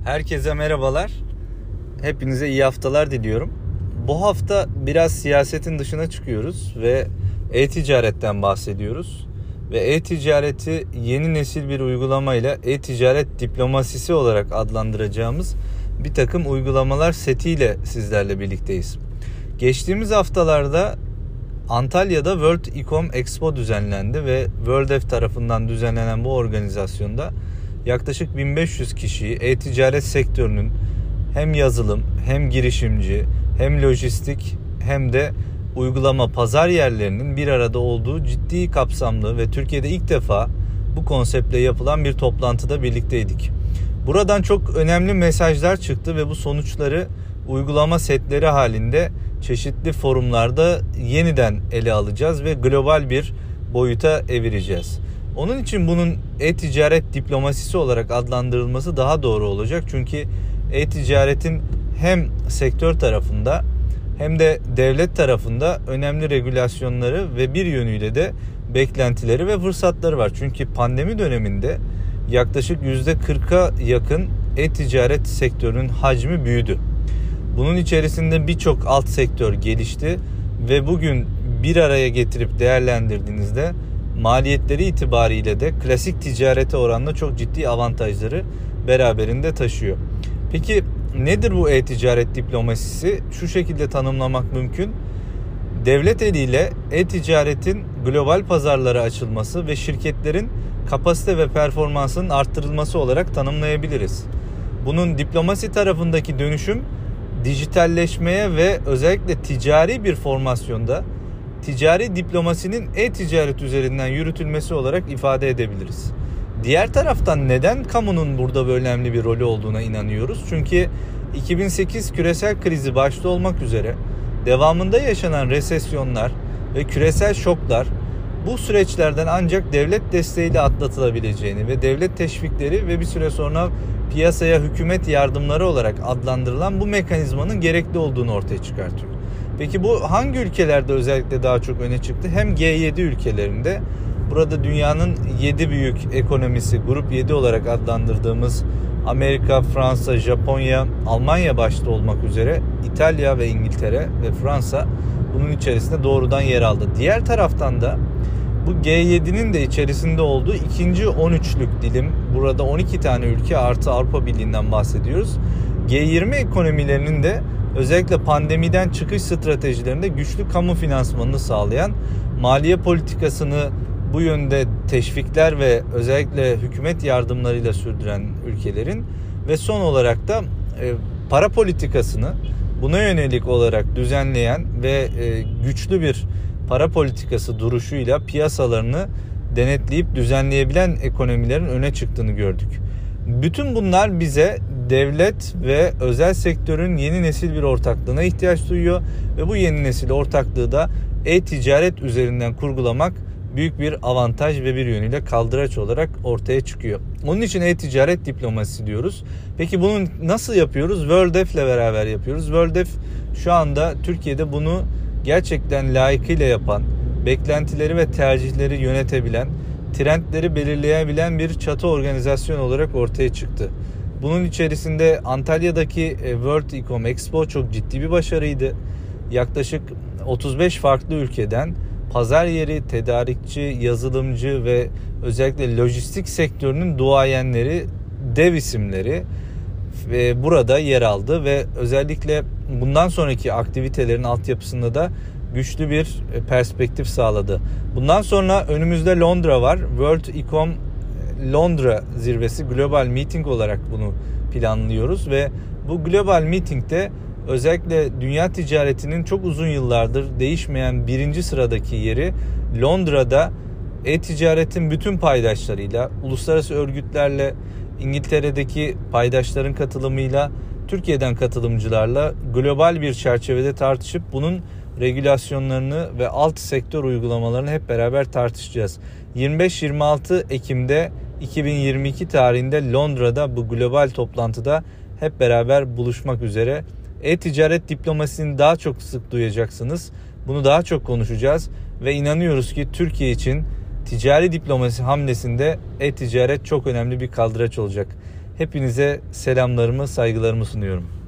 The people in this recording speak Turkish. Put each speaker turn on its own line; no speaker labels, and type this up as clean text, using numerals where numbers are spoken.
Herkese merhabalar. Hepinize iyi haftalar diliyorum. Bu hafta biraz siyasetin dışına çıkıyoruz ve e-ticaretten bahsediyoruz. Ve e-ticareti yeni nesil bir uygulamayla e-ticaret diplomasisi olarak adlandıracağımız bir takım uygulamalar setiyle sizlerle birlikteyiz. Geçtiğimiz haftalarda Antalya'da World E-Com Expo düzenlendi ve WorldF tarafından düzenlenen bu organizasyonda yaklaşık 1500 kişiyi e-ticaret sektörünün hem yazılım, hem girişimci, hem lojistik, hem de uygulama pazar yerlerinin bir arada olduğu ciddi kapsamlı ve Türkiye'de ilk defa bu konseptle yapılan bir toplantıda birlikteydik. Buradan çok önemli mesajlar çıktı ve bu sonuçları uygulama setleri halinde çeşitli forumlarda yeniden ele alacağız ve global bir boyuta evireceğiz. Onun için bunun e-ticaret diplomasisi olarak adlandırılması daha doğru olacak. Çünkü e-ticaretin hem sektör tarafında hem de devlet tarafında önemli regülasyonları ve bir yönüyle de beklentileri ve fırsatları var. Çünkü pandemi döneminde yaklaşık %40'a yakın e-ticaret sektörünün hacmi büyüdü. Bunun içerisinde birçok alt sektör gelişti ve bugün bir araya getirip değerlendirdiğinizde maliyetleri itibariyle de klasik ticarete oranla çok ciddi avantajları beraberinde taşıyor. Peki nedir bu e-ticaret diplomasisi? Şu şekilde tanımlamak mümkün. Devlet eliyle e-ticaretin global pazarlara açılması ve şirketlerin kapasite ve performansının arttırılması olarak tanımlayabiliriz. Bunun diplomasi tarafındaki dönüşüm dijitalleşmeye ve özellikle ticari bir formasyonda ticari diplomasinin e-ticaret üzerinden yürütülmesi olarak ifade edebiliriz. Diğer taraftan neden kamunun burada böyle önemli bir rolü olduğuna inanıyoruz? Çünkü 2008 küresel krizi başta olmak üzere devamında yaşanan resesyonlar ve küresel şoklar bu süreçlerden ancak devlet desteğiyle atlatılabileceğini ve devlet teşvikleri ve bir süre sonra piyasaya hükümet yardımları olarak adlandırılan bu mekanizmanın gerekli olduğunu ortaya çıkartıyor. Peki bu hangi ülkelerde özellikle daha çok öne çıktı? Hem G7 ülkelerinde, burada dünyanın 7 büyük ekonomisi, grup 7 olarak adlandırdığımız Amerika, Fransa, Japonya, Almanya başta olmak üzere İtalya ve İngiltere ve Fransa bunun içerisinde doğrudan yer aldı. Diğer taraftan da bu G7'nin de içerisinde olduğu ikinci 13'lük dilim, burada 12 tane ülke artı Avrupa Birliği'nden bahsediyoruz. G20 ekonomilerinin de özellikle pandemiden çıkış stratejilerinde güçlü kamu finansmanını sağlayan, maliye politikasını bu yönde teşvikler ve özellikle hükümet yardımlarıyla sürdüren ülkelerin ve son olarak da para politikasını buna yönelik olarak düzenleyen ve güçlü bir para politikası duruşuyla piyasalarını denetleyip düzenleyebilen ekonomilerin öne çıktığını gördük. Bütün bunlar bize devlet ve özel sektörün yeni nesil bir ortaklığına ihtiyaç duyuyor ve bu yeni nesil ortaklığı da e-ticaret üzerinden kurgulamak büyük bir avantaj ve bir yönüyle kaldıraç olarak ortaya çıkıyor. Onun için e-ticaret diplomasisi diyoruz. Peki bunu nasıl yapıyoruz? WorldF ile beraber yapıyoruz. WorldF şu anda Türkiye'de bunu gerçekten layıkıyla yapan, beklentileri ve tercihleri yönetebilen, trendleri belirleyebilen bir çatı organizasyon olarak ortaya çıktı. Bunun içerisinde Antalya'daki World E-Com Expo çok ciddi bir başarıydı. Yaklaşık 35 farklı ülkeden pazar yeri, tedarikçi, yazılımcı ve özellikle lojistik sektörünün duayenleri, dev isimleri burada yer aldı ve özellikle bundan sonraki aktivitelerin altyapısında da güçlü bir perspektif sağladı. Bundan sonra önümüzde Londra var. World E-Com Londra zirvesi Global Meeting olarak bunu planlıyoruz ve bu Global Meeting'de özellikle dünya ticaretinin çok uzun yıllardır değişmeyen birinci sıradaki yeri Londra'da e-ticaretin bütün paydaşlarıyla, uluslararası örgütlerle, İngiltere'deki paydaşların katılımıyla, Türkiye'den katılımcılarla global bir çerçevede tartışıp bunun regülasyonlarını ve alt sektör uygulamalarını hep beraber tartışacağız. 25-26 Ekim'de 2022 tarihinde Londra'da bu global toplantıda hep beraber buluşmak üzere. E-ticaret diplomasisini daha çok sık duyacaksınız. Bunu daha çok konuşacağız ve inanıyoruz ki Türkiye için ticari diplomasi hamlesinde e-ticaret çok önemli bir kaldıraç olacak. Hepinize selamlarımı, saygılarımı sunuyorum.